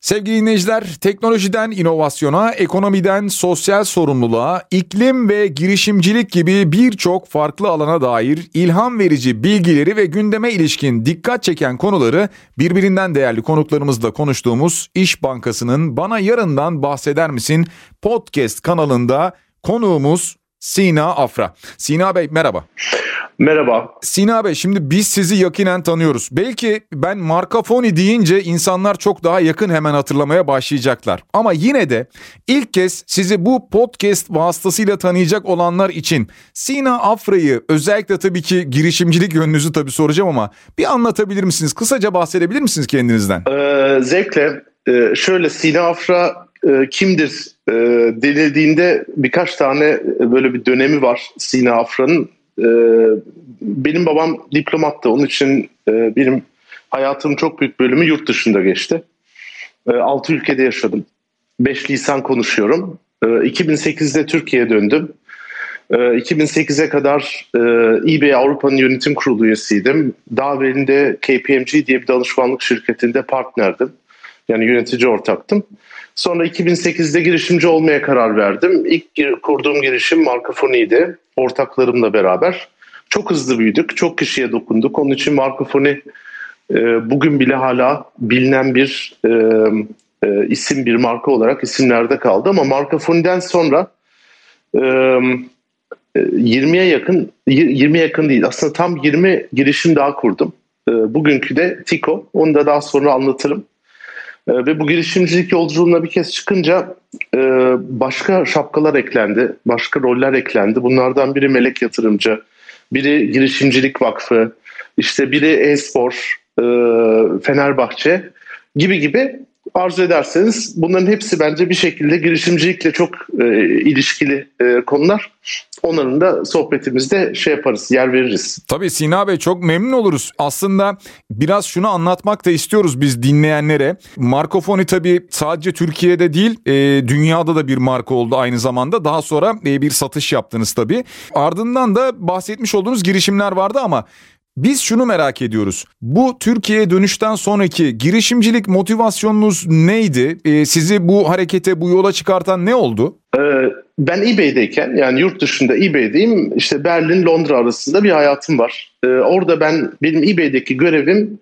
Sevgili dinleyiciler, teknolojiden inovasyona, ekonomiden sosyal sorumluluğa, iklim ve girişimcilik gibi birçok farklı alana dair ilham verici bilgileri ve gündeme ilişkin dikkat çeken konuları birbirinden değerli konuklarımızla konuştuğumuz İş Bankası'nın Bana Yarından Bahseder Misin podcast kanalında konuğumuz Sina Afra. Sina Bey merhaba. Merhaba. Sina Bey, şimdi biz sizi yakinen tanıyoruz. Belki ben Marcafoni deyince insanlar çok daha yakın hemen hatırlamaya başlayacaklar. Ama yine de ilk kez sizi bu podcast vasıtasıyla tanıyacak olanlar için Sina Afra'yı, özellikle tabii ki girişimcilik yönünüzü tabii soracağım ama bir anlatabilir misiniz? Kısaca bahsedebilir misiniz kendinizden? Zevkle. Şöyle, Sina Afra kimdir denildiğinde birkaç tane böyle bir dönemi var Sina Afra'nın. Benim babam diplomattı. Onun için benim hayatımın çok büyük bölümü yurt dışında geçti. 6 ülkede yaşadım. 5 lisan konuşuyorum. 2008'de Türkiye'ye döndüm. 2008'e kadar eBay Avrupa'nın yönetim kurulu üyesiydim. Daha evvelinde KPMG diye bir danışmanlık şirketinde partnerdim. Yani yönetici ortaktım. Sonra 2008'de girişimci olmaya karar verdim. İlk kurduğum girişim Marcafoni'ydi. Ortaklarımla beraber. Çok hızlı büyüdük. Çok kişiye dokunduk. Onun için Marcafoni bugün bile hala bilinen bir isim, bir marka olarak isimlerde kaldı. Ama Marcafoni'den sonra 20'ye yakın değil. Aslında tam 20 girişim daha kurdum. Bugünkü de Tiko. Onu da daha sonra anlatırım. Ve bu girişimcilik yolculuğuna bir kez çıkınca başka şapkalar eklendi, başka roller eklendi. Bunlardan biri melek yatırımcı, biri girişimcilik vakfı, işte biri e-spor, Fenerbahçe gibi arzu ederseniz bunların hepsi bence bir şekilde girişimcilikle çok ilişkili konular. Onların da sohbetimizde yaparız, yer veririz. Tabii Sina Bey, çok memnun oluruz. Aslında biraz şunu anlatmak da istiyoruz biz dinleyenlere. Marcafoni tabii sadece Türkiye'de değil, dünyada da bir marka oldu aynı zamanda. Daha sonra bir satış yaptınız tabii. Ardından da bahsetmiş olduğunuz girişimler vardı ama biz şunu merak ediyoruz. Bu Türkiye'ye dönüşten sonraki girişimcilik motivasyonunuz neydi? Sizi bu harekete, bu yola çıkartan ne oldu? Ben eBay'deyken, yani yurt dışında eBay'deyim. İşte Berlin, Londra arasında bir hayatım var. Orada benim eBay'deki görevim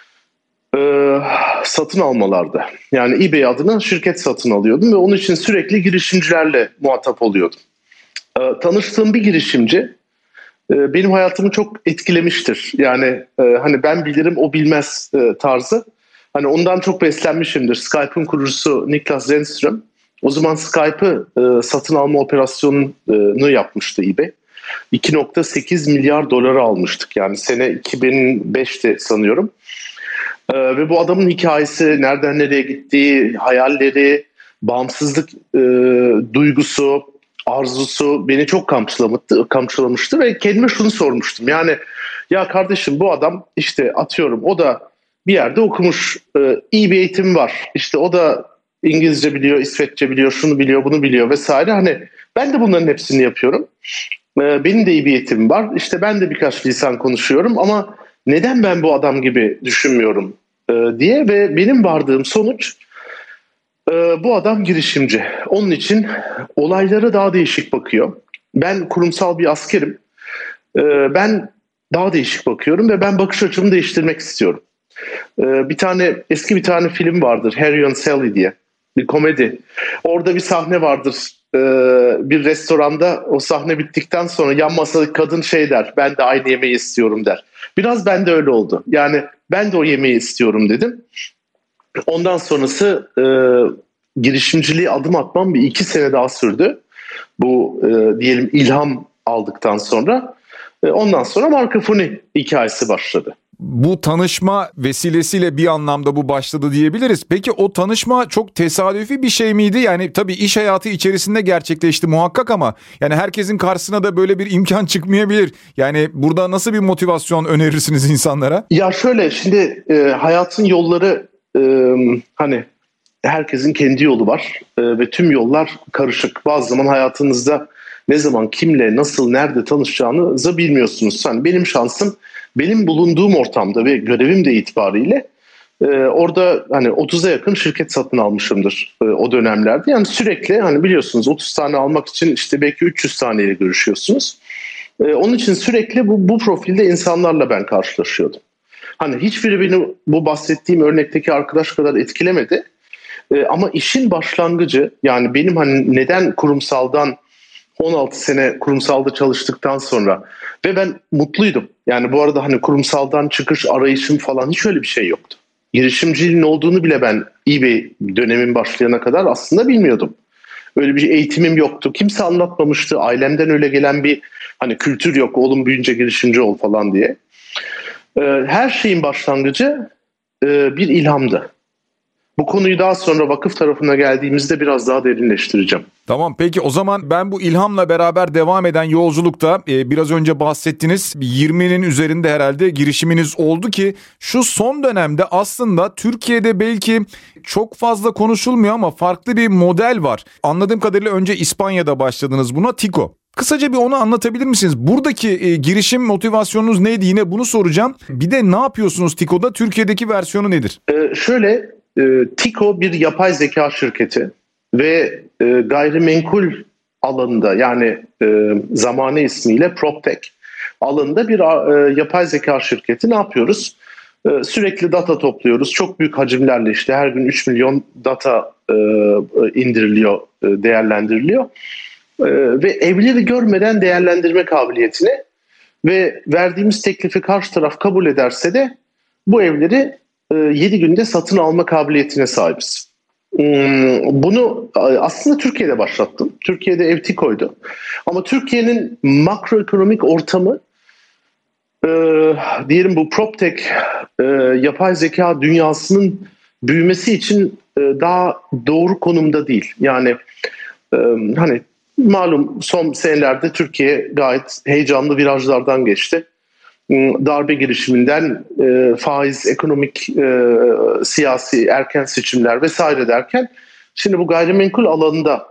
satın almalardı. Yani eBay adına şirket satın alıyordum ve onun için sürekli girişimcilerle muhatap oluyordum. Tanıştığım bir girişimci benim hayatımı çok etkilemiştir. Yani hani ben bilirim o bilmez tarzı. Hani ondan çok beslenmişimdir. Skype'ın kurucusu Niklas Zennström. O zaman Skype'ı satın alma operasyonunu yapmıştı eBay. 2.8 milyar doları almıştık. Yani sene 2005'te sanıyorum. Ve bu adamın hikayesi, nereden nereye gittiği, hayalleri, bağımsızlık duygusu, arzusu beni çok kamçılamıştı ve kendime şunu sormuştum. Yani ya kardeşim, bu adam işte atıyorum o da bir yerde okumuş, iyi bir eğitim var. İşte o da İngilizce biliyor, İsveççe biliyor, şunu biliyor, bunu biliyor vesaire. Hani ben de bunların hepsini yapıyorum. Benim de iyi bir eğitimim var. İşte ben de birkaç lisan konuşuyorum ama neden ben bu adam gibi düşünmüyorum diye ve benim vardığım sonuç, bu adam girişimci. Onun için olaylara daha değişik bakıyor. Ben kurumsal bir askerim. Ben daha değişik bakıyorum ve ben bakış açımı değiştirmek istiyorum. Eski bir tane film vardır, Harry and Sally diye. Bir komedi. Orada bir sahne vardır. Bir restoranda o sahne bittikten sonra yan masadaki kadın der, ben de aynı yemeği istiyorum der. Biraz bende öyle oldu. Yani ben de o yemeği istiyorum dedim. Ondan sonrası girişimciliğe adım atmam bir 2 sene daha sürdü. Bu diyelim ilham aldıktan sonra. Ondan sonra Marcafoni hikayesi başladı. Bu tanışma vesilesiyle bir anlamda bu başladı diyebiliriz. Peki o tanışma çok tesadüfi bir şey miydi? Yani tabii iş hayatı içerisinde gerçekleşti muhakkak ama yani herkesin karşısına da böyle bir imkan çıkmayabilir. Yani burada nasıl bir motivasyon önerirsiniz insanlara? Ya şöyle, şimdi hayatın yolları, hani herkesin kendi yolu var ve tüm yollar karışık. Bazı zaman hayatınızda ne zaman, kimle, nasıl, nerede tanışacağınızı bilmiyorsunuz. Yani benim şansım, benim bulunduğum ortamda ve görevim de itibariyle Orada hani 30'a yakın şirket satın almışımdır o dönemlerde. Yani sürekli hani biliyorsunuz 30 tane almak için işte belki 300 taneyle görüşüyorsunuz. Onun için sürekli bu profilde insanlarla ben karşılaşıyordum. Hani hiçbiri beni bu bahsettiğim örnekteki arkadaş kadar etkilemedi. Ama işin başlangıcı, yani benim hani neden kurumsaldan 16 sene kurumsalda çalıştıktan sonra ve ben mutluydum. Yani bu arada hani kurumsaldan çıkış arayışım falan hiç öyle bir şey yoktu. Girişimciliğin olduğunu bile ben eBay dönemin başlayana kadar aslında bilmiyordum. Öyle bir eğitimim yoktu. Kimse anlatmamıştı. Ailemden öyle gelen bir hani kültür yok. Oğlum büyüyünce girişimci ol falan diye. Her şeyin başlangıcı bir ilhamdı. Bu konuyu daha sonra vakıf tarafına geldiğimizde biraz daha derinleştireceğim. Tamam, peki o zaman ben bu ilhamla beraber devam eden yolculukta biraz önce bahsettiniz 20'nin üzerinde herhalde girişiminiz oldu ki şu son dönemde aslında Türkiye'de belki çok fazla konuşulmuyor ama farklı bir model var. Anladığım kadarıyla önce İspanya'da başladınız buna, Tiko. Kısaca bir onu anlatabilir misiniz? Buradaki girişim motivasyonunuz neydi? Yine bunu soracağım. Bir de ne yapıyorsunuz Tiko'da? Türkiye'deki versiyonu nedir? Tiko bir yapay zeka şirketi ve gayrimenkul alanında, yani zamanı ismiyle PropTech alanında bir yapay zeka şirketi. Ne yapıyoruz? Sürekli data topluyoruz. Çok büyük hacimlerle, işte her gün 3 milyon data indiriliyor, değerlendiriliyor. Ve evleri görmeden değerlendirme kabiliyetini ve verdiğimiz teklifi karşı taraf kabul ederse de bu evleri 7 günde satın alma kabiliyetine sahibiz. Bunu aslında Türkiye'de başlattım. Türkiye'de Evtiko'ydu. Ama Türkiye'nin makroekonomik ortamı diyelim bu PropTech yapay zeka dünyasının büyümesi için daha doğru konumda değil. Yani hani malum son senelerde Türkiye gayet heyecanlı virajlardan geçti. Darbe girişiminden faiz, ekonomik, siyasi, erken seçimler vesaire derken şimdi bu gayrimenkul alanında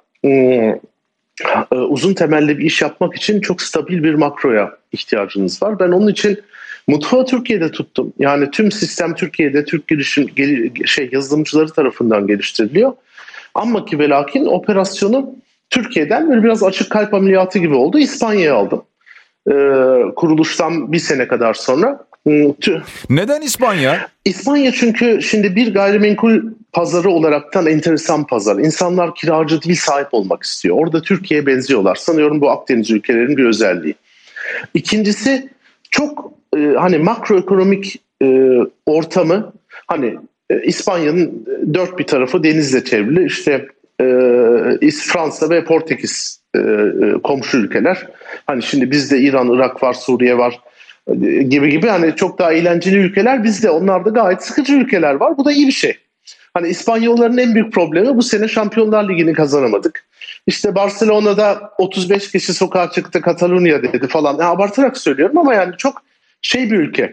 uzun temelli bir iş yapmak için çok stabil bir makroya ihtiyacınız var. Ben onun için mutfağı Türkiye'de tuttum. Yani tüm sistem Türkiye'de Türk yazılımcıları tarafından geliştiriliyor. Ama ki ve lakin operasyonu Türkiye'den böyle biraz açık kalp ameliyatı gibi oldu. İspanya'ya aldım. Kuruluştan bir sene kadar sonra. Neden İspanya? İspanya çünkü şimdi bir gayrimenkul pazarı olaraktan enteresan pazar. İnsanlar kiracı değil, sahip olmak istiyor. Orada Türkiye'ye benziyorlar. Sanıyorum bu Akdeniz ülkelerinin bir özelliği. İkincisi çok hani makroekonomik ortamı, hani İspanya'nın dört bir tarafı denizle çevrili. İşte Fransa ve Portekiz komşu ülkeler. Hani şimdi bizde İran, Irak var, Suriye var gibi hani çok daha eğlenceli ülkeler bizde. Onlarda gayet sıkıcı ülkeler var. Bu da iyi bir şey. Hani İspanyolların en büyük problemi bu sene Şampiyonlar Ligi'ni kazanamadık. İşte Barcelona'da 35 kişi sokağa çıktı, Katalunya dedi falan. Abartarak söylüyorum ama yani çok bir ülke.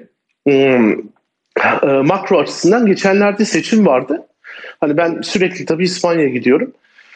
Makro açısından geçenlerde seçim vardı. Hani ben sürekli tabii İspanya'ya gidiyorum.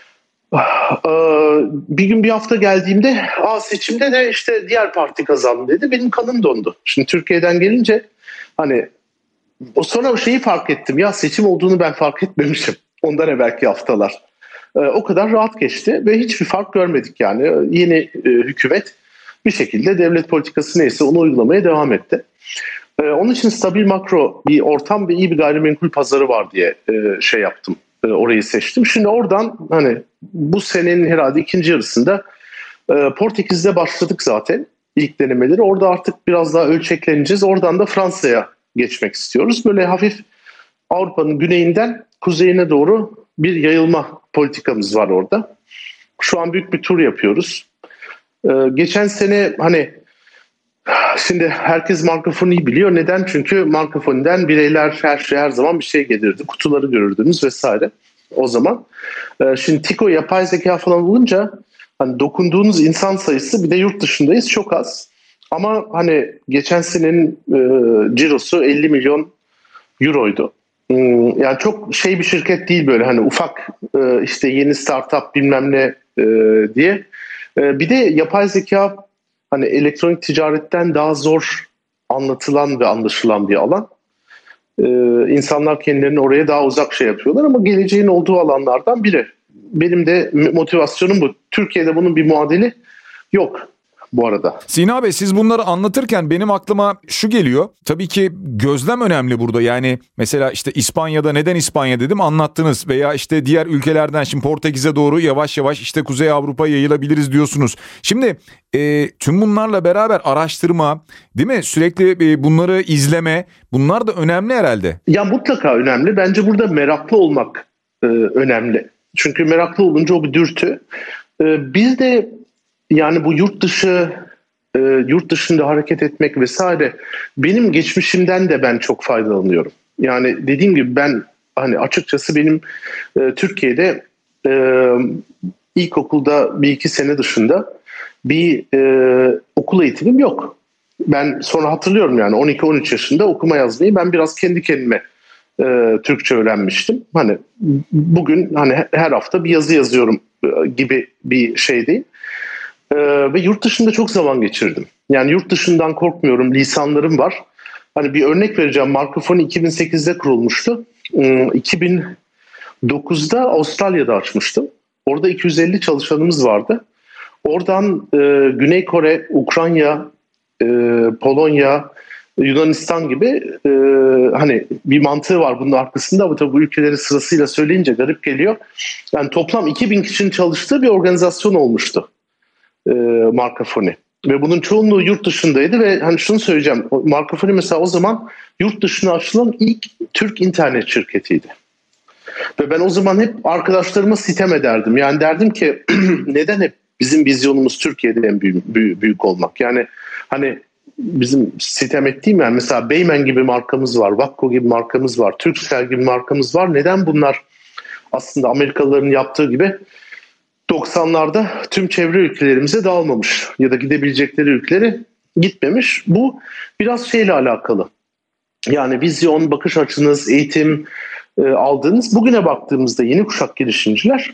Bir gün bir hafta geldiğimde seçimde de işte diğer parti kazandı dedi. Benim kanım dondu. Şimdi Türkiye'den gelince hani sonra şeyi fark ettim. Ya seçim olduğunu ben fark etmemişim. Ondan evvelki haftalar. O kadar rahat geçti ve hiçbir fark görmedik yani. Yeni hükümet bir şekilde devlet politikası neyse onu uygulamaya devam etti. Onun için stabil makro bir ortam ve iyi bir gayrimenkul pazarı var diye yaptım. Orayı seçtim. Şimdi oradan hani bu senenin herhalde ikinci yarısında Portekiz'de başladık zaten ilk denemeleri. Orada artık biraz daha ölçekleneceğiz. Oradan da Fransa'ya geçmek istiyoruz. Böyle hafif Avrupa'nın güneyinden kuzeyine doğru bir yayılma politikamız var orada. Şu an büyük bir tur yapıyoruz. Geçen sene hani şimdi herkes Marcofoni'yi biliyor. Neden? Çünkü Marcofoni'den bireyler her zaman bir şey gelirdi. Kutuları görürdünüz vesaire o zaman. Şimdi Tiko yapay zeka falan olunca hani dokunduğunuz insan sayısı, bir de yurt dışındayız, çok az. Ama hani geçen senenin cirosu 50 milyon euroydu. Yani çok bir şirket değil, böyle hani ufak işte yeni startup bilmem ne diye. Bir de yapay zeka hani elektronik ticaretten daha zor anlatılan ve anlaşılan bir alan. İnsanlar kendilerini oraya daha uzak şey yapıyorlar ama geleceğin olduğu alanlardan biri. Benim de motivasyonum bu. Türkiye'de bunun bir muadili yok bu arada. Sina Bey, siz bunları anlatırken benim aklıma şu geliyor. Tabii ki gözlem önemli burada. Yani mesela işte İspanya'da neden İspanya dedim, anlattınız. Veya işte diğer ülkelerden şimdi Portekiz'e doğru yavaş yavaş işte Kuzey Avrupa'ya yayılabiliriz diyorsunuz. Şimdi tüm bunlarla beraber araştırma, değil mi? Sürekli bunları izleme, bunlar da önemli herhalde. Ya mutlaka önemli. Bence burada meraklı olmak önemli. Çünkü meraklı olunca o bir dürtü. Biz de yani bu yurt dışında hareket etmek vesaire, benim geçmişimden de ben çok faydalanıyorum. Yani dediğim gibi ben hani açıkçası benim Türkiye'de ilkokulda bir iki sene dışında bir okul eğitimim yok. Ben sonra hatırlıyorum yani 12-13 yaşında okuma yazmayı ben biraz kendi kendime Türkçe öğrenmiştim. Hani bugün hani her hafta bir yazı yazıyorum gibi bir şey değil. Ve yurt dışında çok zaman geçirdim. Yani yurt dışından korkmuyorum, lisanlarım var. Hani bir örnek vereceğim. Marcofoni 2008'de kurulmuştu. 2009'da Avustralya'da açmıştım. Orada 250 çalışanımız vardı. Oradan Güney Kore, Ukrayna, Polonya, Yunanistan gibi hani bir mantığı var bunun arkasında ama tabii bu ülkeleri sırasıyla söyleyince garip geliyor. Yani toplam 2000 kişinin çalıştığı bir organizasyon olmuştu Marcofoni. Ve bunun çoğunluğu yurt dışındaydı ve hani şunu söyleyeceğim. Marcofoni mesela o zaman yurt dışına açılan ilk Türk internet şirketiydi. Ve ben o zaman hep arkadaşlarıma sitem ederdim. Yani derdim ki neden hep bizim vizyonumuz Türkiye'de en büyük olmak? Yani hani bizim sitem ettiğim yani mesela Beymen gibi markamız var, Vakko gibi markamız var, Turkcell gibi markamız var. Neden bunlar aslında Amerikalıların yaptığı gibi 90'larda tüm çevre ülkelerimize dağılmamış ya da gidebilecekleri ülkelere gitmemiş? Bu biraz şeyle alakalı. Yani vizyon, bakış açınız, eğitim aldığınız, bugüne baktığımızda yeni kuşak girişimciler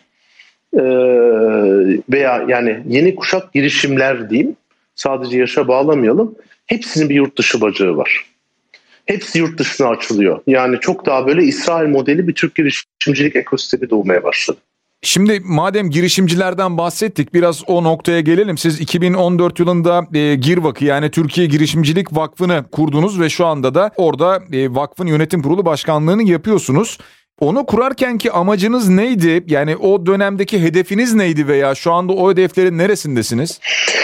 veya yani yeni kuşak girişimler diyeyim, sadece yaşa bağlamayalım, hepsinin bir yurt dışı bacağı var. Hepsi yurt dışına açılıyor. Yani çok daha böyle İsrail modeli bir Türk girişimcilik ekosistemi doğmaya başladı. Şimdi madem girişimcilerden bahsettik, biraz o noktaya gelelim. Siz 2014 yılında GİRVAK'ı, yani Türkiye Girişimcilik Vakfı'nı kurdunuz ve şu anda da orada vakfın yönetim kurulu başkanlığını yapıyorsunuz. Onu kurarkenki amacınız neydi? Yani o dönemdeki hedefiniz neydi veya şu anda o hedeflerin neresindesiniz?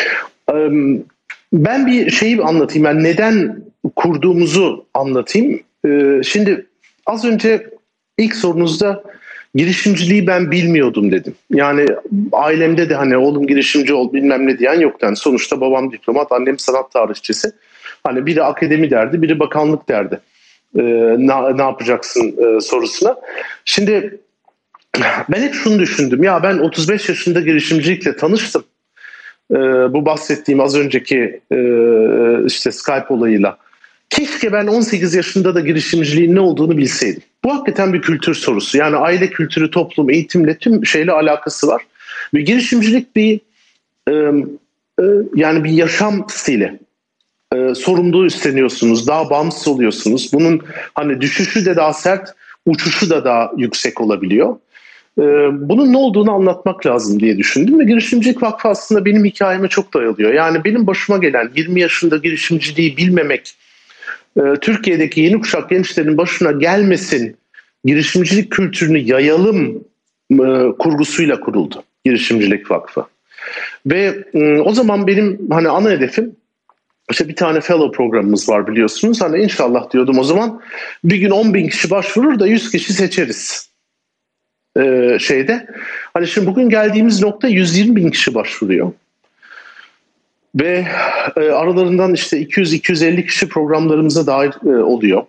Ben bir şeyi anlatayım. Yani neden kurduğumuzu anlatayım. Şimdi az önce ilk sorunuzda girişimciliği ben bilmiyordum dedim. Yani ailemde de hani oğlum girişimci ol bilmem ne diyen yoktu. Yani sonuçta babam diplomat, annem sanat tarihçisi. Hani biri akademi derdi, biri bakanlık derdi. Ne yapacaksın sorusuna. Şimdi ben hep şunu düşündüm. Ya ben 35 yaşında girişimcilikle tanıştım. Bu bahsettiğim az önceki işte Skype olayıyla. Keşke ben 18 yaşında da girişimciliğin ne olduğunu bilseydim. Bu hakikaten bir kültür sorusu. Yani aile kültürü, toplum, eğitimle tüm şeyle alakası var. Ve girişimcilik bir yani bir yaşam stili. Sorumluluğu üstleniyorsunuz, daha bağımsız oluyorsunuz. Bunun hani düşüşü de daha sert, uçuşu da daha yüksek olabiliyor. Bunun ne olduğunu anlatmak lazım diye düşündüm ve Girişimcilik Vakfı aslında benim hikayeme çok dayalıyor. Yani benim başıma gelen 20 yaşında girişimciliği bilmemek, Türkiye'deki yeni kuşak gençlerin başına gelmesin, girişimcilik kültürünü yayalım kurgusuyla kuruldu Girişimcilik Vakfı. Ve o zaman benim hani ana hedefim, İşte bir tane fellow programımız var biliyorsunuz. Hani inşallah diyordum o zaman bir gün 10.000 kişi başvurur da 100 kişi seçeriz. Hani şimdi bugün geldiğimiz nokta 120.000 kişi başvuruyor. Ve aralarından işte 200-250 kişi programlarımıza dahil oluyor.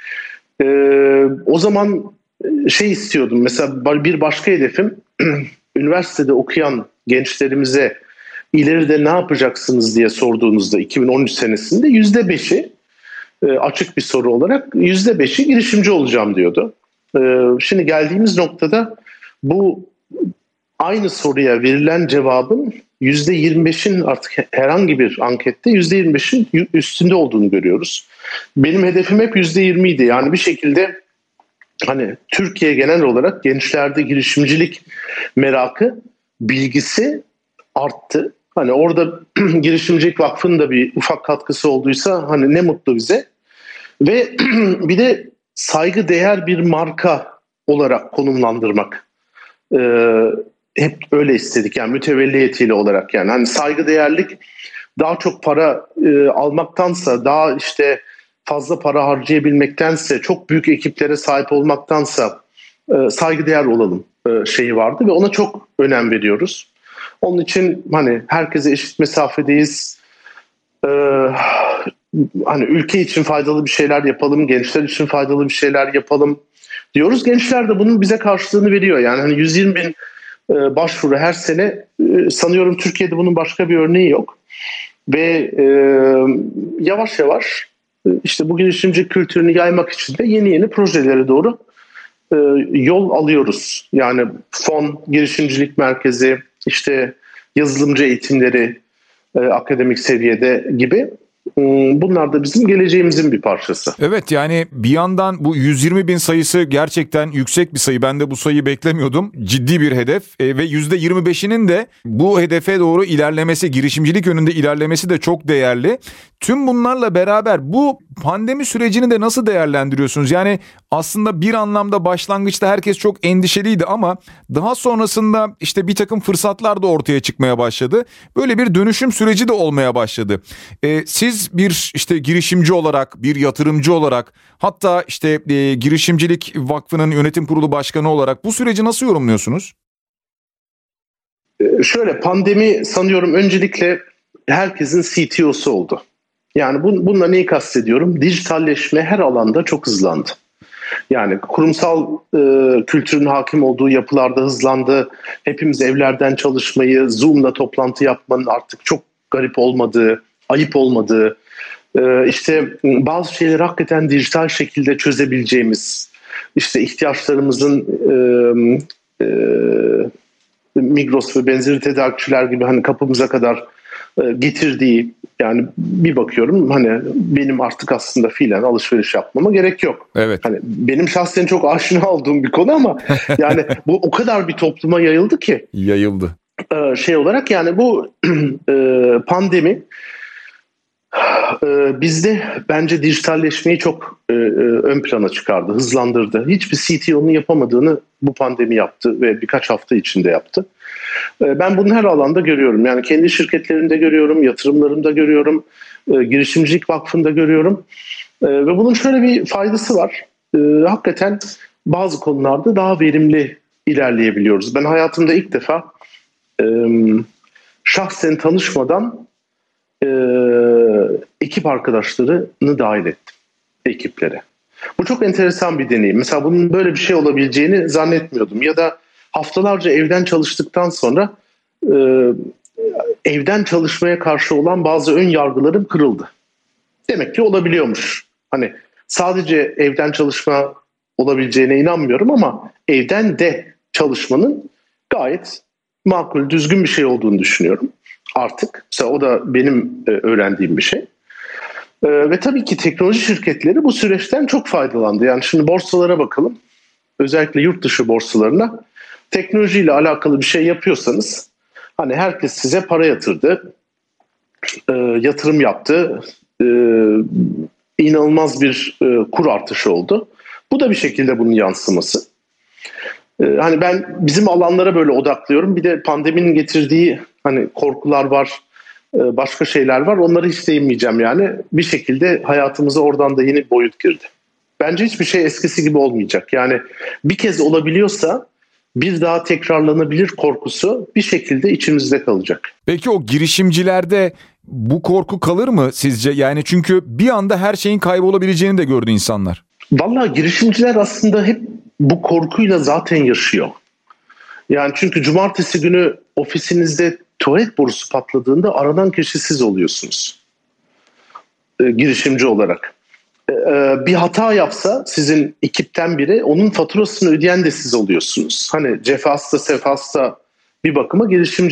O zaman şey istiyordum mesela, bir başka hedefim üniversitede okuyan gençlerimize ileride ne yapacaksınız diye sorduğunuzda 2013 senesinde %5'i açık bir soru olarak %5'i girişimci olacağım diyordu. Şimdi geldiğimiz noktada bu aynı soruya verilen cevabın %25'in artık herhangi bir ankette %25'in üstünde olduğunu görüyoruz. Benim hedefim hep %20'ydi. Yani bir şekilde hani Türkiye genel olarak gençlerde girişimcilik merakı, bilgisi arttı. Hani orada Girişimcilik Vakfı'nın da bir ufak katkısı olduysa hani ne mutlu bize. Ve bir de saygıdeğer bir marka olarak konumlandırmak. Hep öyle istedik yani mütevelliyetiyle olarak yani. Hani saygıdeğerlik daha çok para almaktansa, daha işte fazla para harcayabilmektense, çok büyük ekiplere sahip olmaktansa saygıdeğer olalım şeyi vardı ve ona çok önem veriyoruz. Onun için hani herkese eşit mesafedeyiz. Hani ülke için faydalı bir şeyler yapalım, gençler için faydalı bir şeyler yapalım diyoruz. Gençler de bunun bize karşılığını veriyor. Yani hani 120 bin başvuru her sene, sanıyorum Türkiye'de bunun başka bir örneği yok. Ve yavaş yavaş işte bu girişimcilik kültürünü yaymak için de yeni projelere doğru yol alıyoruz. Yani fon, girişimcilik merkezi, işte yazılımcı eğitimleri akademik seviyede gibi. Bunlar da bizim geleceğimizin bir parçası. Evet, yani bir yandan bu 120 bin sayısı gerçekten yüksek bir sayı. Ben de bu sayıyı beklemiyordum. Ciddi bir hedef ve %25'inin de bu hedefe doğru ilerlemesi, girişimcilik yönünde ilerlemesi de çok değerli. Tüm bunlarla beraber bu pandemi sürecini de nasıl değerlendiriyorsunuz? Yani aslında bir anlamda başlangıçta herkes çok endişeliydi ama daha sonrasında işte bir takım fırsatlar da ortaya çıkmaya başladı. Böyle bir dönüşüm süreci de olmaya başladı. Siz bir işte girişimci olarak, bir yatırımcı olarak, hatta işte Girişimcilik Vakfı'nın yönetim kurulu başkanı olarak bu süreci nasıl yorumluyorsunuz? Şöyle, pandemi sanıyorum öncelikle herkesin CTO'su oldu. Yani bununla neyi kastediyorum? Dijitalleşme her alanda çok hızlandı. Yani kurumsal kültürün hakim olduğu yapılarda hızlandı. Hepimiz evlerden çalışmayı, Zoom'la toplantı yapmanın artık çok garip olmadığı, ayıp olmadığı, işte bazı şeyleri hakikaten dijital şekilde çözebileceğimiz, işte ihtiyaçlarımızın Migros ve benzeri tedarikçiler gibi hani kapımıza kadar getirdiği, yani bir bakıyorum hani benim artık aslında fiilen alışveriş yapmama gerek yok. Evet. Hani benim şahsen çok aşina olduğum bir konu ama yani bu o kadar bir topluma yayıldı ki. Yayıldı. Şey olarak yani bu pandemi bizde bence dijitalleşmeyi çok ön plana çıkardı, hızlandırdı. Hiçbir CTO'nun yapamadığını bu pandemi yaptı ve birkaç hafta içinde yaptı. Ben bunu her alanda görüyorum. Yani kendi şirketlerimde görüyorum, yatırımlarımda görüyorum, Girişimcilik Vakfı'nda görüyorum. Ve bunun şöyle bir faydası var. Hakikaten bazı konularda daha verimli ilerleyebiliyoruz. Ben hayatımda ilk defa şahsen tanışmadan ekip arkadaşlarını dahil ettim ekiplere. Bu çok enteresan bir deneyim. Mesela bunun böyle bir şey olabileceğini zannetmiyordum. Ya da haftalarca evden çalıştıktan sonra evden çalışmaya karşı olan bazı ön yargılarım kırıldı. Demek ki olabiliyormuş. Hani sadece evden çalışma olabileceğine inanmıyorum ama evden de çalışmanın gayet makul, düzgün bir şey olduğunu düşünüyorum. Artık. Mesela o da benim öğrendiğim bir şey. Ve tabii ki teknoloji şirketleri bu süreçten çok faydalandı. Yani şimdi borsalara bakalım. Özellikle yurt dışı borsalarına. Teknolojiyle alakalı bir şey yapıyorsanız hani herkes size para yatırdı. Yatırım yaptı. İnanılmaz bir kur artışı oldu. Bu da bir şekilde bunun yansıması. Hani ben bizim alanlara böyle odaklıyorum. Bir de pandeminin getirdiği hani korkular var, başka şeyler var. Onları hiç değinmeyeceğim yani. Bir şekilde hayatımıza oradan da yeni bir boyut girdi. Bence hiçbir şey eskisi gibi olmayacak. Yani bir kez olabiliyorsa bir daha tekrarlanabilir korkusu bir şekilde içimizde kalacak. Peki o girişimcilerde bu korku kalır mı sizce? Yani çünkü bir anda her şeyin kaybolabileceğini de gördü insanlar. Vallahi girişimciler aslında hep bu korkuyla zaten yaşıyor. Yani çünkü cumartesi günü ofisinizde tuvalet borusu patladığında aranan kişi siz oluyorsunuz. Girişimci olarak. Bir hata yapsa sizin ekipten biri, onun faturasını ödeyen de siz oluyorsunuz. Hani cefasta sefasta bir bakıma girişimcide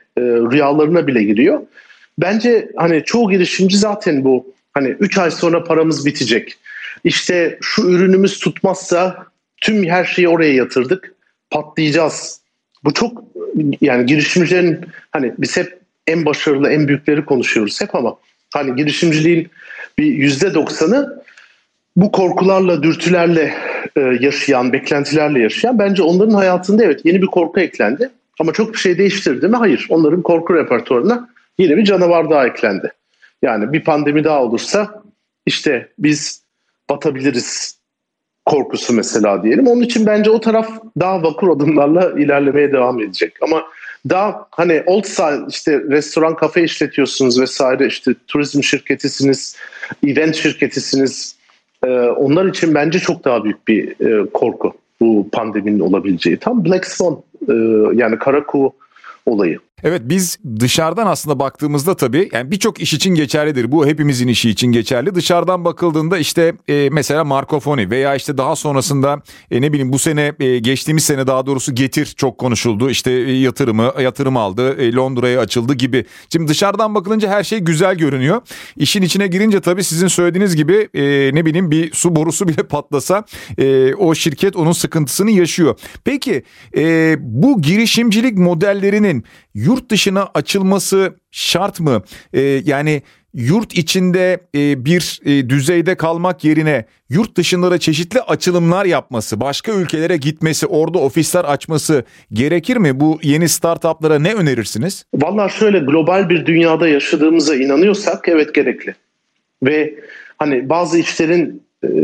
rüyalarına bile giriyor. Bence hani çoğu girişimci zaten bu hani 3 ay sonra paramız bitecek. İşte şu ürünümüz tutmazsa tüm her şeyi oraya yatırdık, patlayacağız. Bu çok yani girişimcilerin hani biz hep en başarılı, en büyükleri konuşuyoruz hep ama hani girişimciliğin bir %90'ı bu korkularla, dürtülerle yaşayan, beklentilerle yaşayan. Bence onların hayatında evet yeni bir korku eklendi. Ama çok bir şey değiştirdi mi? Hayır. Onların korku repertuarına yeni bir canavar daha eklendi. Yani bir pandemi daha olursa işte biz batabiliriz korkusu mesela diyelim. Onun için bence o taraf daha vakur adımlarla ilerlemeye devam edecek. Ama daha hani old style işte restoran, kafe işletiyorsunuz vesaire işte turizm şirketisiniz, event şirketisiniz. Onlar için bence çok daha büyük bir korku bu pandeminin olabileceği. Tam Black Swan yani kara kuğu olayı. Evet, biz dışarıdan aslında baktığımızda tabii yani birçok iş için geçerlidir. Bu hepimizin işi için geçerli. Dışarıdan bakıldığında işte mesela Marcofoni veya işte daha sonrasında ne bileyim bu sene geçtiğimiz sene daha doğrusu Getir çok konuşuldu. İşte yatırım aldı, Londra'ya açıldı gibi. Şimdi dışarıdan bakılınca her şey güzel görünüyor. İşin içine girince tabii sizin söylediğiniz gibi ne bileyim bir su borusu bile patlasa o şirket onun sıkıntısını yaşıyor. Peki bu girişimcilik modellerinin yurt dışına açılması şart mı? Yani yurt içinde bir düzeyde kalmak yerine yurt dışında da çeşitli açılımlar yapması, başka ülkelere gitmesi, orada ofisler açması gerekir mi? Bu yeni startuplara ne önerirsiniz? Vallahi şöyle global bir dünyada yaşadığımıza inanıyorsak evet gerekli. Ve hani bazı işlerin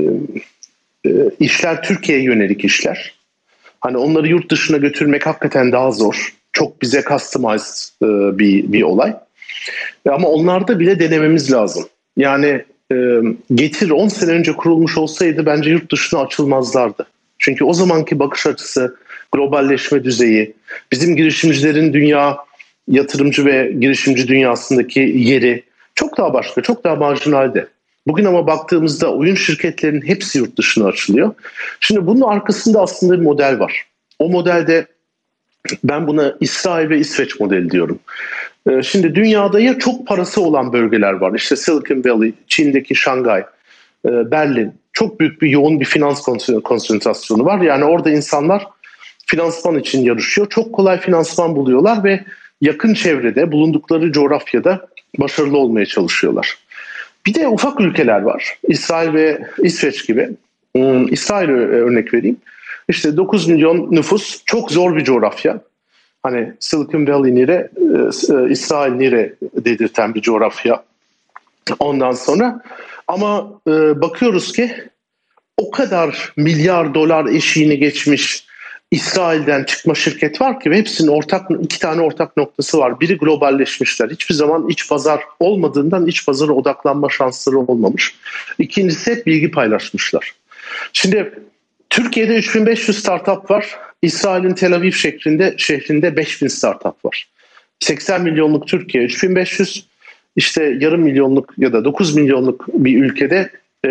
işler Türkiye'ye yönelik işler. Hani onları yurt dışına götürmek hakikaten daha zor. Çok bize customized bir olay. Ama onlarda bile denememiz lazım. Yani Getir 10 sene önce kurulmuş olsaydı bence yurt dışına açılmazlardı. Çünkü o zamanki bakış açısı, globalleşme düzeyi, bizim girişimcilerin dünya yatırımcı ve girişimci dünyasındaki yeri çok daha başka, çok daha marjinaldi. Bugün ama baktığımızda oyun şirketlerinin hepsi yurt dışına açılıyor. Şimdi bunun arkasında aslında bir model var. O modelde ben buna İsrail ve İsveç modeli diyorum. Şimdi dünyada ya çok parası olan bölgeler var. İşte Silicon Valley, Çin'deki Şangay, Berlin. Çok büyük bir yoğun bir finans konsantrasyonu var. Yani orada insanlar finansman için yarışıyor. Çok kolay finansman buluyorlar ve yakın çevrede, bulundukları coğrafyada başarılı olmaya çalışıyorlar. Bir de ufak ülkeler var. İsrail ve İsveç gibi. İsrail'e örnek vereyim. İşte 9 milyon nüfus, çok zor bir coğrafya. Hani Silicon Valley nere, İsrail nere dedirten bir coğrafya. Ondan sonra ama bakıyoruz ki o kadar milyar dolar eşiğini geçmiş İsrail'den çıkma şirket var ki ve hepsinin iki tane ortak noktası var. Biri globalleşmişler. Hiçbir zaman iç pazar olmadığından iç pazara odaklanma şansları olmamış. İkincisi hep bilgi paylaşmışlar. Şimdi Türkiye'de 3500 startup var. İsrail'in Tel Aviv şehrinde 5000 startup var. 80 milyonluk Türkiye 3500, işte yarım milyonluk ya da 9 milyonluk bir ülkede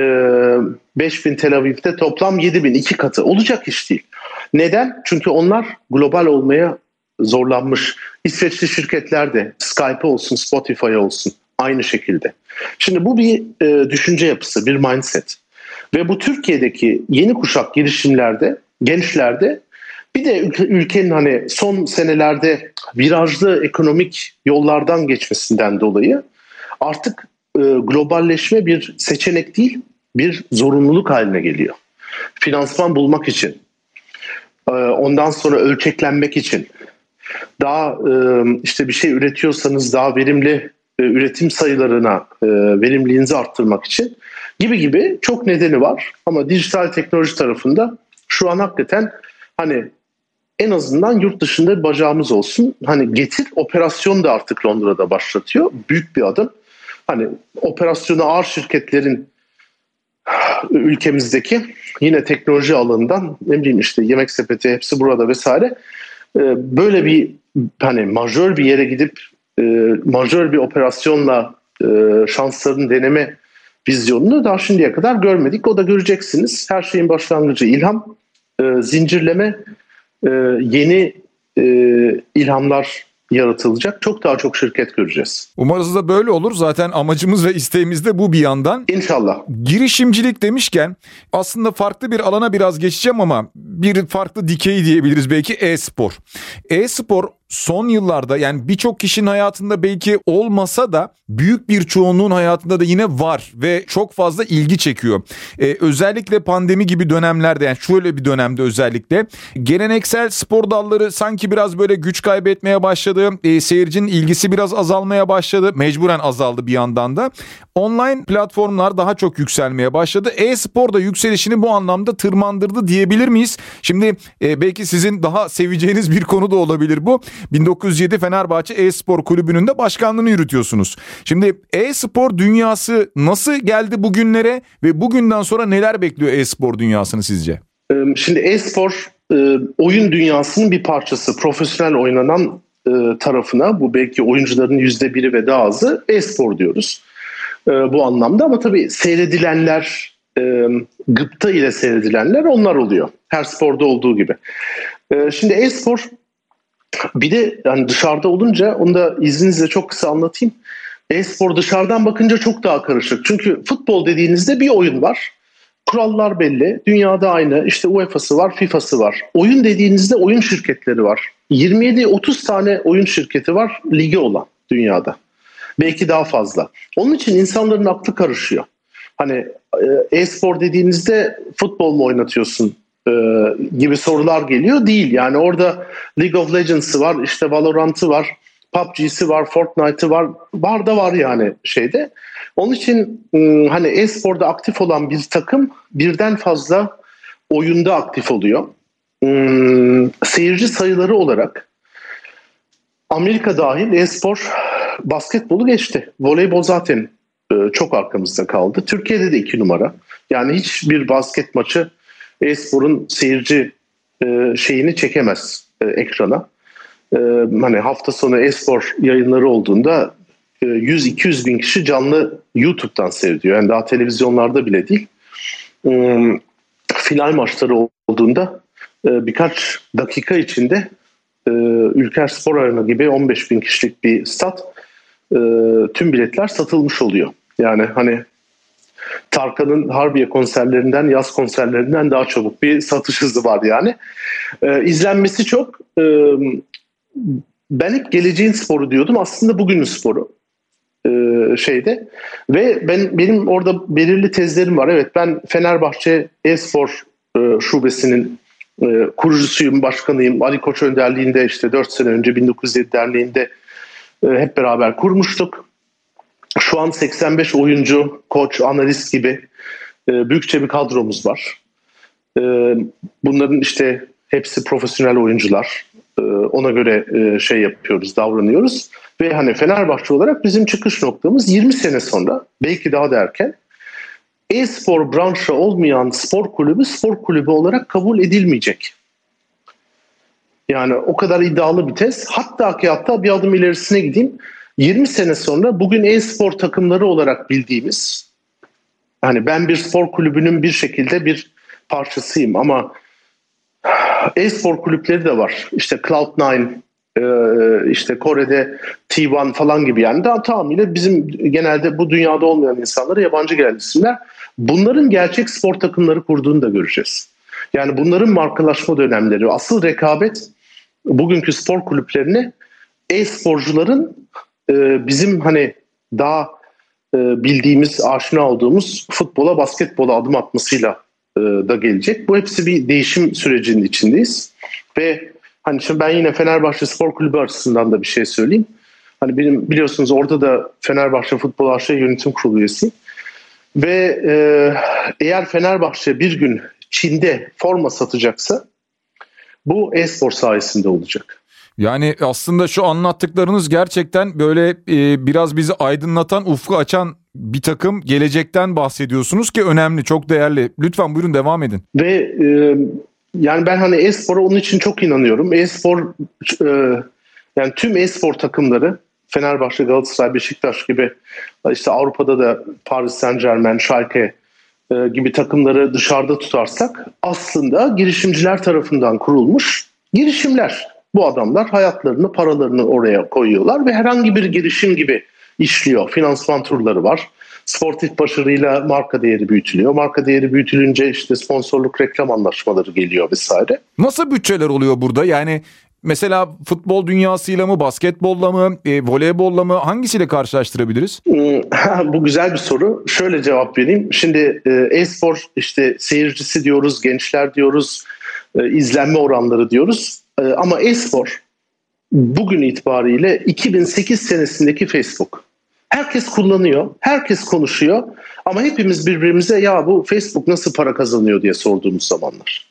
5000 Tel Aviv'de toplam 7000, 2 katı. Olacak iş değil. Neden? Çünkü onlar global olmaya zorlanmış. İsveçli şirketler de Skype olsun, Spotify olsun aynı şekilde. Şimdi bu bir düşünce yapısı, bir mindset. Ve bu Türkiye'deki yeni kuşak girişimlerde, gençlerde bir de ülkenin hani son senelerde virajlı ekonomik yollardan geçmesinden dolayı artık globalleşme bir seçenek değil, bir zorunluluk haline geliyor. Finansman bulmak için, ondan sonra ölçeklenmek için, daha işte bir şey üretiyorsanız daha verimli üretim sayılarına verimliliğinizi arttırmak için gibi çok nedeni var. Ama dijital teknoloji tarafında şu an hakikaten hani en azından yurt dışında bir bacağımız olsun. Hani Getir operasyonu da artık Londra'da başlatıyor. Büyük bir adım. Hani operasyonu ağır şirketlerin ülkemizdeki yine teknoloji alanından ne bileyim işte Yemek Sepeti hepsi burada vesaire böyle bir hani majör bir yere gidip majör bir operasyonla şanslarını deneme vizyonunu daha şimdiye kadar görmedik. O da göreceksiniz. Her şeyin başlangıcı ilham, zincirleme, yeni ilhamlar yaratılacak. Çok daha çok şirket göreceğiz. Umarız da böyle olur. Zaten amacımız ve isteğimiz de bu bir yandan. İnşallah. Girişimcilik demişken aslında farklı bir alana biraz geçeceğim ama bir farklı dikey diyebiliriz belki, e-spor. E-spor son yıllarda, yani birçok kişinin hayatında belki olmasa da büyük bir çoğunluğun hayatında da yine var ve çok fazla ilgi çekiyor. Özellikle pandemi gibi dönemlerde, yani şöyle bir dönemde özellikle geleneksel spor dalları sanki biraz böyle güç kaybetmeye başladı. Seyircinin ilgisi biraz azalmaya başladı. Mecburen azaldı bir yandan da. Online platformlar daha çok yükselmeye başladı. E-spor da yükselişini bu anlamda tırmandırdı diyebilir miyiz? Şimdi belki sizin daha seveceğiniz bir konu da olabilir bu. 1907 Fenerbahçe E-Spor Kulübü'nün de başkanlığını yürütüyorsunuz. Şimdi e-spor dünyası nasıl geldi bugünlere ve bugünden sonra neler bekliyor e-spor dünyasını sizce? Şimdi e-spor oyun dünyasının bir parçası. Profesyonel oynanan tarafına, bu belki oyuncuların %1'i ve daha azı, e-spor diyoruz bu anlamda. Ama tabii seyredilenler, gıpta ile seyredilenler onlar oluyor. Her sporda olduğu gibi. Şimdi e-spor bir de yani dışarıda olunca, onu da izninizle çok kısa anlatayım. E-spor dışarıdan bakınca çok daha karışık. Çünkü futbol dediğinizde bir oyun var. Kurallar belli. Dünyada aynı. İşte UEFA'sı var, FIFA'sı var. Oyun dediğinizde oyun şirketleri var. 27-30 tane oyun şirketi var ligi olan dünyada. Belki daha fazla. Onun için insanların aklı karışıyor. Hani e-spor dediğinizde futbol mu oynatıyorsun gibi sorular geliyor. Değil. Yani orada League of Legends'ı var, işte Valorant'ı var, PUBG'si var, Fortnite'ı var. Var da var yani şeyde. Onun için hani e-sporda aktif olan bir takım birden fazla oyunda aktif oluyor. Seyirci sayıları olarak Amerika dahil e-spor basketbolu geçti. Voleybol zaten çok arkamızda kaldı. Türkiye'de de 2 numara. Yani hiçbir basket maçı e-sporun seyirci şeyini çekemez ekrana. Hani hafta sonu e-spor yayınları olduğunda 100-200 bin kişi canlı YouTube'dan seyrediyor. Yani daha televizyonlarda bile değil. Final maçları olduğunda birkaç dakika içinde Ülker Spor Arena gibi 15 bin kişilik bir stat, tüm biletler satılmış oluyor. Yani hani Tarkan'ın Harbiye konserlerinden, yaz konserlerinden daha çabuk bir satış hızı var yani. İzlenmesi çok. Ben hep geleceğin sporu diyordum. Aslında bugünün sporu. Şeyde. Ve benim orada belirli tezlerim var. Evet, ben Fenerbahçe e-spor şubesinin kurucusuyum, başkanıyım. Ali Koç önderliğinde işte 4 sene önce 1907 Derneği'nde hep beraber kurmuştuk. Şu an 85 oyuncu, koç, analist gibi büyükçe bir kadromuz var. Bunların işte hepsi profesyonel oyuncular. Ona göre şey yapıyoruz, davranıyoruz. Ve hani Fenerbahçe olarak bizim çıkış noktamız 20 sene sonra, belki daha da erken, e-spor branşı olmayan spor kulübü olarak kabul edilmeyecek. Yani o kadar iddialı bir tez. Hatta bir adım ilerisine gideyim. 20 sene sonra bugün e-spor takımları olarak bildiğimiz, hani ben bir spor kulübünün bir şekilde bir parçasıyım ama e-spor kulüpleri de var. İşte Cloud9, işte Kore'de T1 falan gibi, yani daha tamamıyla bizim genelde bu dünyada olmayan insanlara yabancı gelen isimler. Bunların gerçek spor takımları kurduğunu da göreceğiz. Yani bunların markalaşma dönemleri, asıl rekabet bugünkü spor kulüplerine e-sporcuların bizim hani daha bildiğimiz, aşina olduğumuz futbola, basketbola adım atmasıyla da gelecek. Bu hepsi bir değişim sürecinin içindeyiz. Ve hani şimdi ben yine Fenerbahçe Spor Kulübü açısından da bir şey söyleyeyim. Hani benim biliyorsunuz orada da Fenerbahçe Futbol AŞ Yönetim Kurulu üyesiyim. Ve eğer Fenerbahçe bir gün Çin'de forma satacaksa bu e-spor sayesinde olacak. Yani aslında şu anlattıklarınız gerçekten böyle biraz bizi aydınlatan, ufku açan bir takım gelecekten bahsediyorsunuz ki önemli, çok değerli. Lütfen buyurun, devam edin. Ve yani ben hani e-spora onun için çok inanıyorum. E-spor yani tüm e-spor takımları, Fenerbahçe, Galatasaray, Beşiktaş gibi, işte Avrupa'da da Paris Saint-Germain, Schalke gibi takımları dışarıda tutarsak aslında girişimciler tarafından kurulmuş girişimler. Bu adamlar hayatlarını, paralarını oraya koyuyorlar ve herhangi bir girişim gibi işliyor. Finansman turları var. Sportif başarıyla marka değeri büyütülüyor. Marka değeri büyütülünce işte sponsorluk, reklam anlaşmaları geliyor vesaire. Nasıl bütçeler oluyor burada? Yani mesela futbol dünyasıyla mı, basketbolla mı, voleybolla mı, hangisiyle karşılaştırabiliriz? Bu güzel bir soru. Şöyle cevap vereyim. Şimdi e-spor işte seyircisi diyoruz, gençler diyoruz, izlenme oranları diyoruz. Ama e-spor bugün itibariyle 2008 senesindeki Facebook. Herkes kullanıyor, herkes konuşuyor ama hepimiz birbirimize ya bu Facebook nasıl para kazanıyor diye sorduğumuz zamanlar.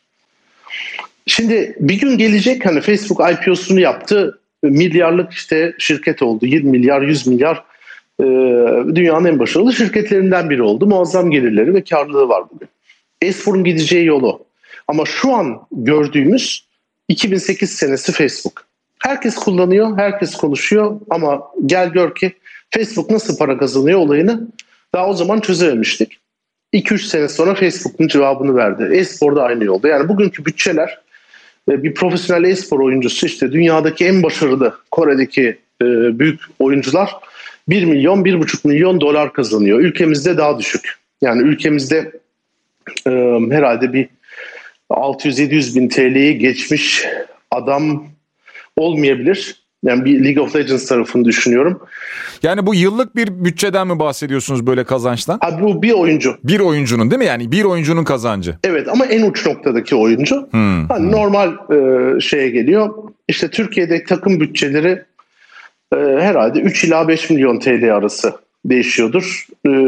Şimdi bir gün gelecek, hani Facebook IPO'sunu yaptı, milyarlık işte şirket oldu, 20 milyar, 100 milyar dünyanın en başarılı şirketlerinden biri oldu. Muazzam gelirleri ve karlılığı var bugün. E-sporun gideceği yolu. Ama şu an gördüğümüz 2008 senesi Facebook. Herkes kullanıyor, herkes konuşuyor ama gel gör ki Facebook nasıl para kazanıyor olayını daha o zaman çözememiştik. 2-3 sene sonra Facebook'un cevabını verdi. E-spor da aynı yolda. Yani bugünkü bütçeler, bir profesyonel e-spor oyuncusu işte dünyadaki en başarılı Kore'deki büyük oyuncular 1 milyon, 1,5 milyon dolar kazanıyor. Ülkemizde daha düşük. Yani ülkemizde herhalde bir 600-700 bin TL'yi geçmiş adam olmayabilir. Yani bir League of Legends tarafını düşünüyorum. Yani bu yıllık bir bütçeden mi bahsediyorsunuz böyle kazançtan? Abi bu bir oyuncu. Bir oyuncunun değil mi? Yani bir oyuncunun kazancı. Evet ama en uç noktadaki oyuncu. Hani normal şeye geliyor. İşte Türkiye'de takım bütçeleri herhalde 3 ila 5 milyon TL arası değişiyordur.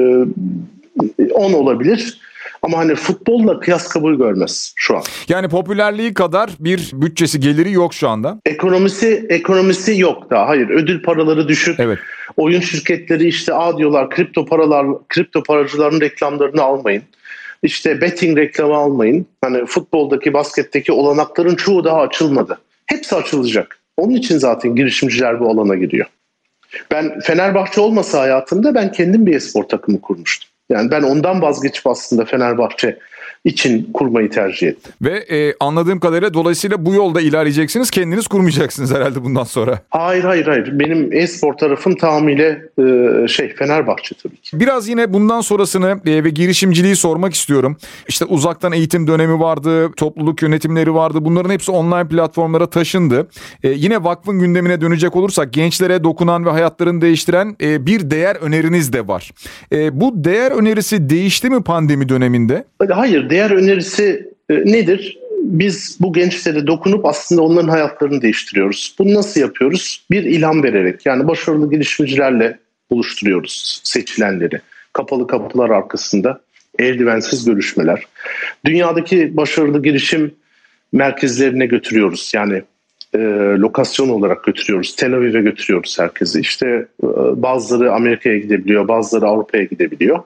10 olabilir. Ama hani futbolla kıyas kabul görmez şu an. Yani popülerliği kadar bir bütçesi, geliri yok şu anda. Ekonomisi yok daha. Hayır, ödül paraları düşük. Evet. Oyun şirketleri işte diyorlar kripto paracıların reklamlarını almayın. İşte betting reklamı almayın. Hani futboldaki, basketteki olanakların çoğu daha açılmadı. Hepsi açılacak. Onun için zaten girişimciler bu alana giriyor. Ben Fenerbahçe olmasa hayatımda ben kendim bir e-spor takımı kurmuştum. Yani ben ondan vazgeçip aslında Fenerbahçe için kurmayı tercih ettim. Ve anladığım kadarıyla dolayısıyla bu yolda ilerleyeceksiniz, kendiniz kurmayacaksınız herhalde bundan sonra. Hayır. Benim e-spor tarafım tamamıyla Fenerbahçe tabii ki. Biraz yine bundan sonrasını ve girişimciliği sormak istiyorum. İşte uzaktan eğitim dönemi vardı, topluluk yönetimleri vardı. Bunların hepsi online platformlara taşındı. Yine vakfın gündemine dönecek olursak gençlere dokunan ve hayatlarını değiştiren bir değer öneriniz de var. Bu değer önerisi değişti mi pandemi döneminde? Hayır, değer önerisi nedir? Biz bu gençlere dokunup aslında onların hayatlarını değiştiriyoruz. Bunu nasıl yapıyoruz? Bir ilham vererek, yani başarılı girişimcilerle buluşturuyoruz seçilenleri. Kapalı kapılar arkasında eldivensiz görüşmeler. Dünyadaki başarılı girişim merkezlerine götürüyoruz. Yani lokasyon olarak götürüyoruz. Tel Aviv'e götürüyoruz herkesi. İşte bazıları Amerika'ya gidebiliyor, bazıları Avrupa'ya gidebiliyor.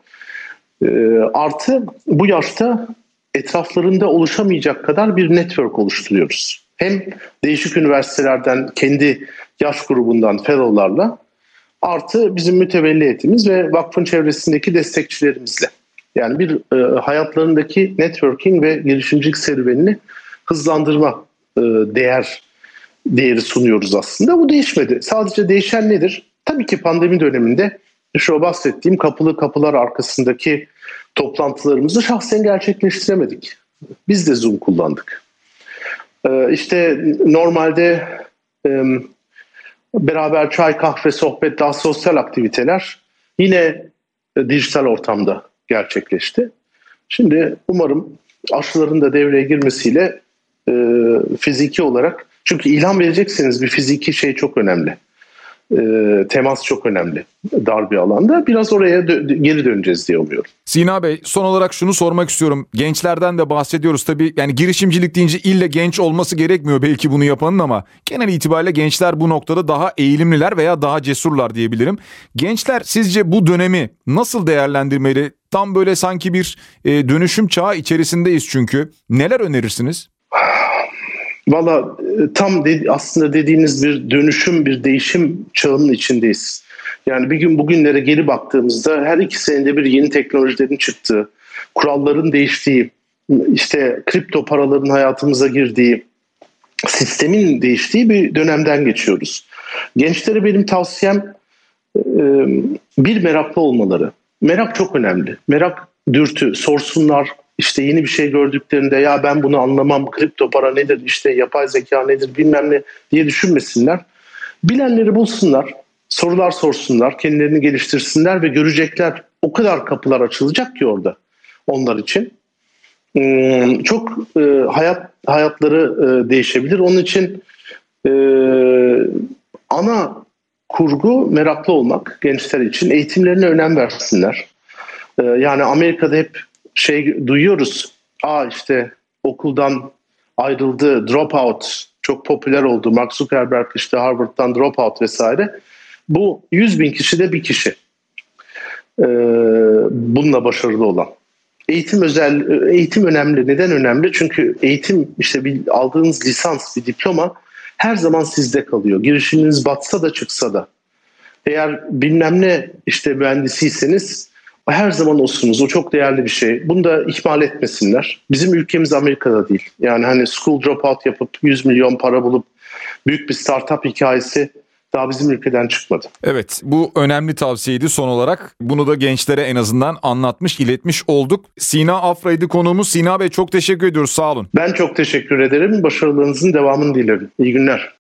Artı bu yaşta etraflarında oluşamayacak kadar bir network oluşturuyoruz. Hem değişik üniversitelerden, kendi yaş grubundan fellow'larla, artı bizim mütevelliyetimiz ve vakfın çevresindeki destekçilerimizle. Yani bir hayatlarındaki networking ve girişimcilik serüvenini hızlandırma değeri sunuyoruz aslında. Bu değişmedi. Sadece değişen nedir? Tabii ki pandemi döneminde şu bahsettiğim kapalı kapılar arkasındaki toplantılarımızı şahsen gerçekleştiremedik. Biz de Zoom kullandık. İşte normalde beraber çay, kahve, sohbet, daha sosyal aktiviteler yine dijital ortamda gerçekleşti. Şimdi umarım aşıların da devreye girmesiyle fiziki olarak, çünkü ilham verecekseniz bir fiziki şey çok önemli. Temas çok önemli dar bir alanda. Biraz oraya geri döneceğiz diye umuyorum. Sina Bey, son olarak şunu sormak istiyorum. Gençlerden de bahsediyoruz tabii. Yani girişimcilik deyince ille genç olması gerekmiyor belki bunu yapanın, ama genel itibariyle gençler bu noktada daha eğilimliler veya daha cesurlar diyebilirim. Gençler sizce bu dönemi nasıl değerlendirmeli? Tam böyle sanki bir dönüşüm çağı içerisindeyiz çünkü. Neler önerirsiniz? Valla aslında dediğiniz bir dönüşüm, bir değişim çağının içindeyiz. Yani bir gün bugünlere geri baktığımızda her 2 senede bir yeni teknolojilerin çıktığı, kuralların değiştiği, işte kripto paraların hayatımıza girdiği, sistemin değiştiği bir dönemden geçiyoruz. Gençlere benim tavsiyem bir meraklı olmaları. Merak çok önemli. Merak dürtü, sorsunlar. İşte yeni bir şey gördüklerinde ya ben bunu anlamam, kripto para nedir, işte yapay zeka nedir bilmem ne diye düşünmesinler. Bilenleri bulsunlar, sorular sorsunlar, kendilerini geliştirsinler ve görecekler o kadar kapılar açılacak ki orada onlar için. Çok hayatları değişebilir. Onun için ana kurgu meraklı olmak gençler için. Eğitimlerine önem versinler. Yani Amerika'da hep duyuyoruz. İşte okuldan ayrıldı, dropout çok popüler oldu. Mark Zuckerberg işte Harvard'dan dropout vesaire. Bu 100.000 kişide bir kişi. Bununla başarılı olan. Eğitim önemli. Neden önemli? Çünkü eğitim işte aldığınız lisans, bir diploma her zaman sizde kalıyor. Girişiminiz batsa da çıksa da. Eğer bilmem ne işte mühendisiyseniz her zaman olsunuz. O çok değerli bir şey. Bunu da ihmal etmesinler. Bizim ülkemiz Amerika'da değil. Yani hani school dropout yapıp 100 milyon para bulup büyük bir startup hikayesi daha bizim ülkeden çıkmadı. Evet, bu önemli tavsiyeydi son olarak. Bunu da gençlere en azından anlatmış, iletmiş olduk. Sina Afra'ydı konuğumuz. Sina Bey çok teşekkür ediyoruz. Sağ olun. Ben çok teşekkür ederim. Başarılarınızın devamını dilerim. İyi günler.